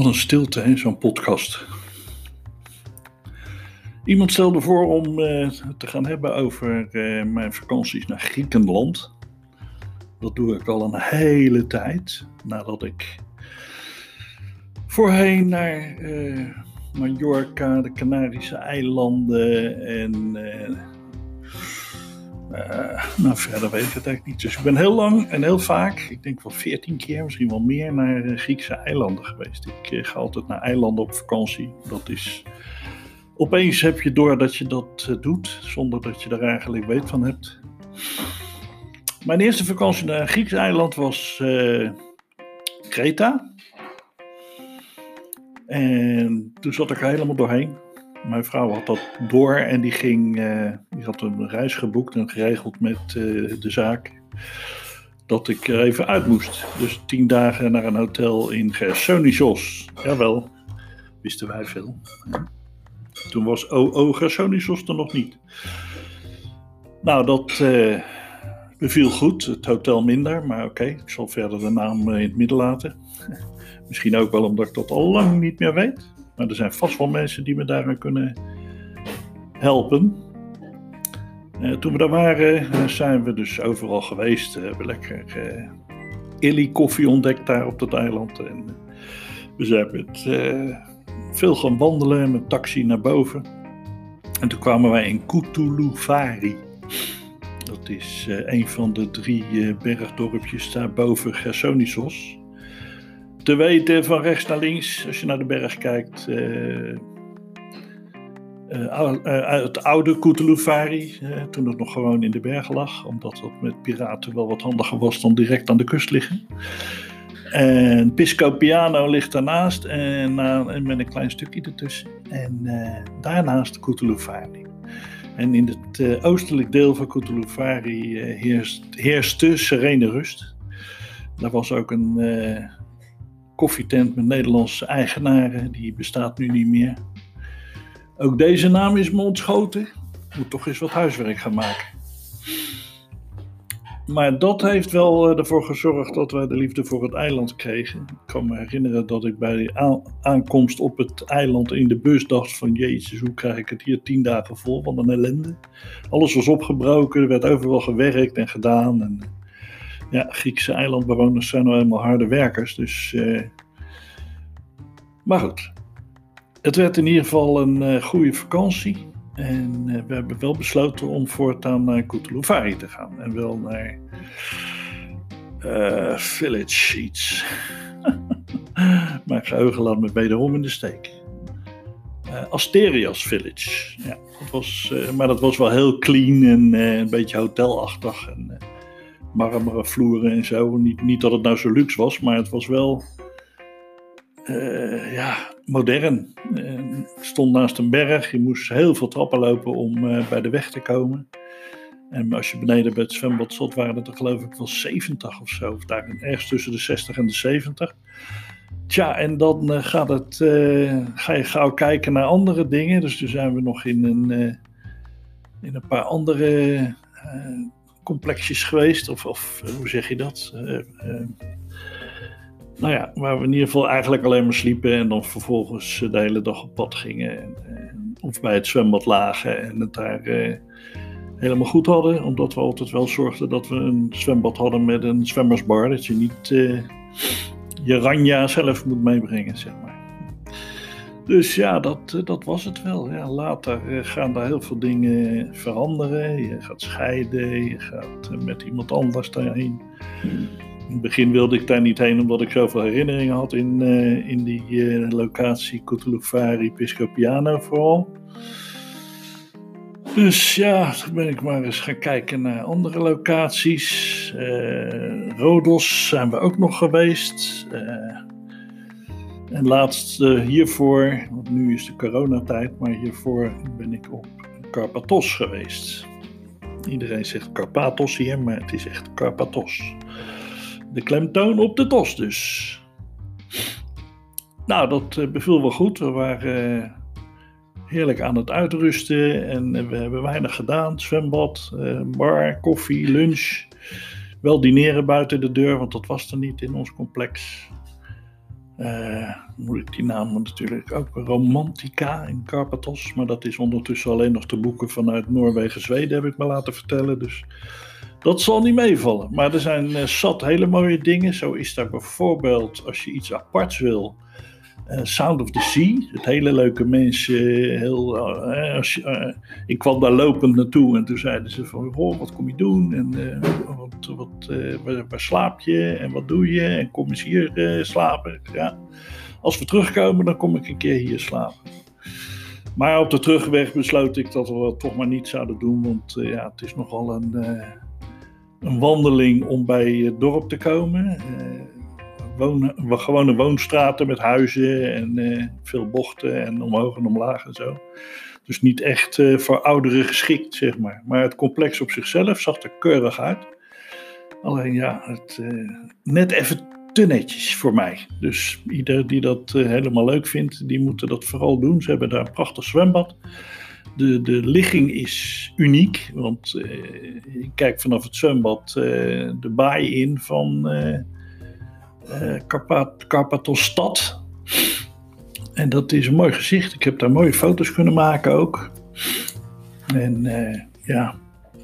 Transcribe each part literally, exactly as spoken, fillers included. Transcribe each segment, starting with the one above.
Wat een stilte in zo'n podcast. Iemand stelde voor om uh, te gaan hebben over uh, mijn vakanties naar Griekenland. Dat doe ik al een hele tijd. Nadat ik voorheen naar uh, Mallorca, de Canarische eilanden en uh, uh, nou verder weet ik het eigenlijk niet. Dus ik ben heel lang en heel vaak, ik denk wel veertien keer, misschien wel meer, naar uh, Griekse eilanden geweest. Ik uh, ga altijd naar eilanden op vakantie. Dat is... Opeens heb je door dat je dat uh, doet, zonder dat je er eigenlijk weet van hebt. Mijn eerste vakantie naar een Grieks eiland was uh, Kreta. En toen zat ik er helemaal doorheen. Mijn vrouw had dat door en die ging, uh, die had een reis geboekt en geregeld met uh, de zaak dat ik er even uit moest. Dus tien dagen naar een hotel in Gersonisos. Jawel, wisten wij veel. Toen was O O Gersonisos er nog niet. Nou, dat uh, beviel goed. Het hotel minder, maar oké. Okay, ik zal verder de naam uh, in het midden laten. Misschien ook wel omdat ik dat al lang niet meer weet. Maar er zijn vast wel mensen die me daaraan kunnen helpen. Uh, toen we daar waren, uh, zijn we dus overal geweest. We uh, hebben lekker uh, Illy koffie ontdekt daar op dat eiland. En uh, we zijn met uh, veel gaan wandelen met taxi naar boven. En toen kwamen wij in Koutoulou-Vari. Dat is uh, een van de drie uh, bergdorpjes daar boven Gersonisos. Te weten van rechts naar links, als je naar de berg kijkt, uh, uh, uh, uh, het oude Koutoulou-Vari, uh, toen het nog gewoon in de bergen lag, omdat dat met piraten wel wat handiger was dan direct aan de kust liggen. En Pisco Piano ligt daarnaast en, uh, en met een klein stukje ertussen. En uh, daarnaast Koutoulou-Vari. En in het uh, oostelijk deel van Koutoulou-Vari uh, heerst, heerste serene rust. Daar was ook een uh, koffietent met Nederlandse eigenaren, die bestaat nu niet meer. Ook deze naam is me ontschoten. Ik moet toch eens wat huiswerk gaan maken. Maar dat heeft wel uh, ervoor gezorgd dat wij de liefde voor het eiland kregen. Ik kan me herinneren dat ik bij de a- aankomst op het eiland in de bus dacht van jezus, hoe krijg ik het hier tien dagen vol, wat een ellende. Alles was opgebroken, er werd overal gewerkt en gedaan. En, ja, Griekse eilandbewoners zijn nou eenmaal harde werkers, dus... Uh... Maar goed, het werd in ieder geval een uh, goede vakantie. En uh, we hebben wel besloten om voortaan naar Koutoulou-Vari te gaan. En wel naar uh, Village iets. Mijn geheugen laat me wederom in de steek. Uh, Asterios Village. Ja, dat was, uh, maar dat was wel heel clean en uh, een beetje hotelachtig. En uh, marmeren vloeren en zo. Niet, niet dat het nou zo luxe was, maar het was wel... Uh, ja, modern. Uh, ik stond naast een berg. Je moest heel veel trappen lopen om uh, bij de weg te komen. En als je beneden bij het zwembad zat, waren het er geloof ik wel zeventig of zo. Of daar ergens tussen de zestig en de zeventig. Tja, en dan uh, gaat het, uh, ga je gauw kijken naar andere dingen. Dus toen zijn we nog in een, uh, in een paar andere uh, complexjes geweest. Of, of uh, hoe zeg je dat? Uh, uh, Nou ja, waar we in ieder geval eigenlijk alleen maar sliepen en dan vervolgens de hele dag op pad gingen. En, en, of bij het zwembad lagen en het daar uh, helemaal goed hadden. Omdat we altijd wel zorgden dat we een zwembad hadden met een zwemmersbar. Dat je niet uh, je ranja zelf moet meebrengen, zeg maar. Dus ja, dat, uh, dat was het wel. Ja, later uh, gaan daar heel veel dingen veranderen. Je gaat scheiden, je gaat uh, met iemand anders daarheen. In het begin wilde ik daar niet heen omdat ik zoveel herinneringen had in, uh, in die uh, locatie Koutoulou-Vari, Pisco Piano vooral. Dus ja, toen ben ik maar eens gaan kijken naar andere locaties. Uh, Rodos zijn we ook nog geweest. Uh, en laatst uh, hiervoor, want nu is de coronatijd, maar hiervoor ben ik op Karpathos geweest. Iedereen zegt Karpathos hier, maar het is echt Karpathos. De klemtoon op de tos dus. Nou, dat uh, beviel wel goed. We waren uh, heerlijk aan het uitrusten en uh, we hebben weinig gedaan. Zwembad, uh, bar, koffie, lunch. Wel dineren buiten de deur, want dat was er niet in ons complex. Uh, moet ik die naam natuurlijk ook, Romantica in Karpathos. Maar dat is ondertussen alleen nog te boeken vanuit Noorwegen, Zweden, heb ik me laten vertellen. Dus dat zal niet meevallen. Maar er zijn uh, zat hele mooie dingen. Zo is daar bijvoorbeeld, als je iets aparts wil, uh, Sound of the Sea. Het hele leuke mensen. Heel, uh, als je, uh, ik kwam daar lopend naartoe en toen zeiden ze van, oh, wat kom je doen? En uh, wat, wat, uh, waar, waar slaap je? En wat doe je? En kom eens hier uh, slapen. Ja. Als we terugkomen, dan kom ik een keer hier slapen. Maar op de terugweg besloot ik dat we dat toch maar niet zouden doen. Want uh, ja, het is nogal een... Uh, Een wandeling om bij het dorp te komen. Uh, wonen, gewone woonstraten met huizen en uh, veel bochten en omhoog en omlaag en zo. Dus niet echt uh, voor ouderen geschikt, zeg maar. Maar het complex op zichzelf zag er keurig uit. Alleen ja, het, uh, net even te netjes voor mij. Dus ieder die dat uh, helemaal leuk vindt, die moeten dat vooral doen. Ze hebben daar een prachtig zwembad. De, de ligging is uniek, want uh, ik kijk vanaf het zwembad uh, de baai in van uh, uh, Karpat, Karpathos stad. En dat is een mooi gezicht. Ik heb daar mooie foto's kunnen maken ook. En uh, ja.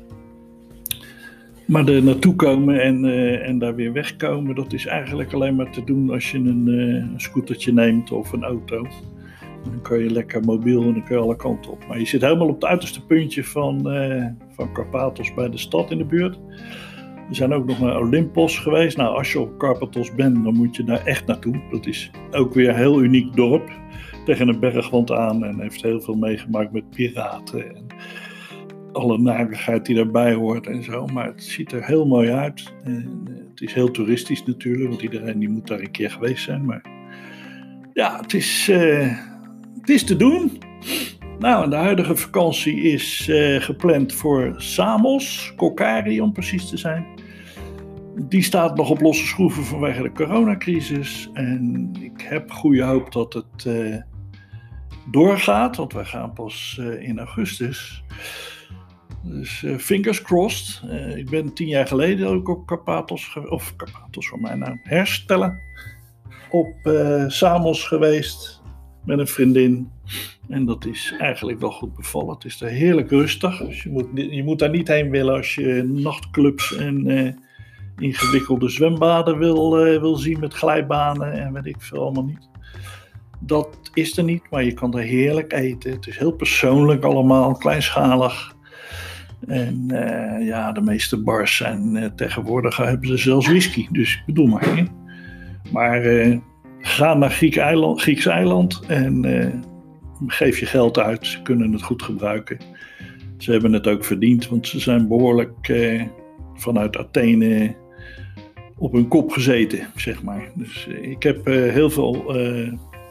Maar er naartoe komen en, uh, en daar weer wegkomen, dat is eigenlijk alleen maar te doen als je een, uh, een scootertje neemt of een auto. Dan kan je lekker mobiel en dan kun je alle kanten op. Maar je zit helemaal op het uiterste puntje van, uh, van Karpathos bij de stad in de buurt. We zijn ook nog naar Olympos geweest. Nou, als je op Karpathos bent, dan moet je daar echt naartoe. Dat is ook weer een heel uniek dorp. Tegen een bergwand aan en heeft heel veel meegemaakt met piraten. En alle narigheid die daarbij hoort en zo. Maar het ziet er heel mooi uit. En, uh, het is heel toeristisch natuurlijk, want iedereen die moet daar een keer geweest zijn. Maar ja, het is... Uh, Het is te doen. Nou, en de huidige vakantie is uh, gepland voor Samos, Kokari om precies te zijn. Die staat nog op losse schroeven vanwege de coronacrisis. En ik heb goede hoop dat het uh, doorgaat, want wij gaan pas uh, in augustus. Dus uh, fingers crossed. Uh, ik ben tien jaar geleden ook op Karpathos, ge- of Karpathos voor mij nou, Herstellen, op uh, Samos geweest. Met een vriendin. En dat is eigenlijk wel goed bevallen. Het is er heerlijk rustig. Dus je moet, je moet daar niet heen willen als je nachtclubs en uh, ingewikkelde zwembaden wil, uh, wil zien met glijbanen en weet ik veel allemaal niet. Dat is er niet, maar je kan er heerlijk eten. Het is heel persoonlijk allemaal, kleinschalig. En uh, ja, de meeste bars zijn uh, tegenwoordig hebben ze zelfs whisky. Dus ik bedoel maar. Hè? Maar... Uh, Ga naar Griek eiland, Grieks eiland en uh, geef je geld uit. Ze kunnen het goed gebruiken. Ze hebben het ook verdiend, want ze zijn behoorlijk uh, vanuit Athene op hun kop gezeten, zeg maar. Dus uh, ik heb uh, heel veel uh,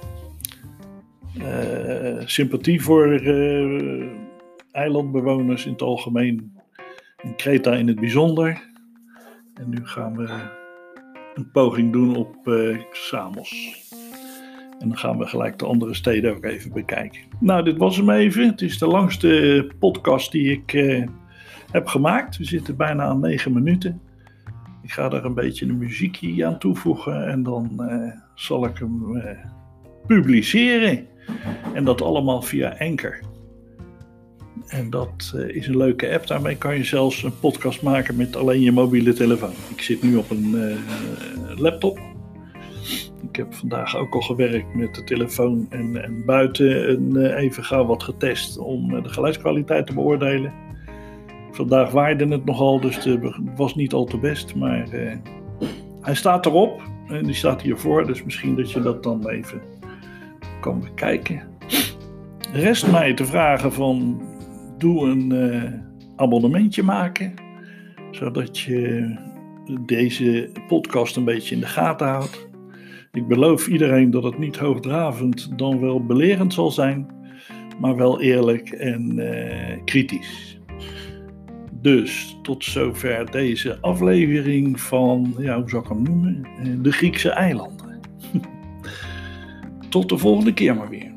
uh, sympathie voor uh, eilandbewoners in het algemeen. En Kreta in het bijzonder. En nu gaan we een poging doen op uh, Samos. En dan gaan we gelijk de andere steden ook even bekijken. Nou, dit was hem even. Het is de langste podcast die ik uh, heb gemaakt. We zitten bijna aan negen minuten. Ik ga er een beetje een muziekje aan toevoegen. En dan uh, zal ik hem uh, publiceren. En dat allemaal via Anchor. En dat uh, is een leuke app. Daarmee kan je zelfs een podcast maken met alleen je mobiele telefoon. Ik zit nu op een uh, laptop. Ik heb vandaag ook al gewerkt met de telefoon en, en buiten en, uh, even gauw wat getest om uh, de geluidskwaliteit te beoordelen. Vandaag waaide het nogal, dus het was niet al te best. Maar uh, hij staat erop en die staat hiervoor. Dus misschien dat je dat dan even kan bekijken. Rest mij te vragen van... Doe een uh, abonnementje maken, zodat je deze podcast een beetje in de gaten houdt. Ik beloof iedereen dat het niet hoogdravend dan wel belerend zal zijn, maar wel eerlijk en uh, kritisch. Dus tot zover deze aflevering van, ja, hoe zou ik hem noemen, de Griekse eilanden. Tot de volgende keer maar weer.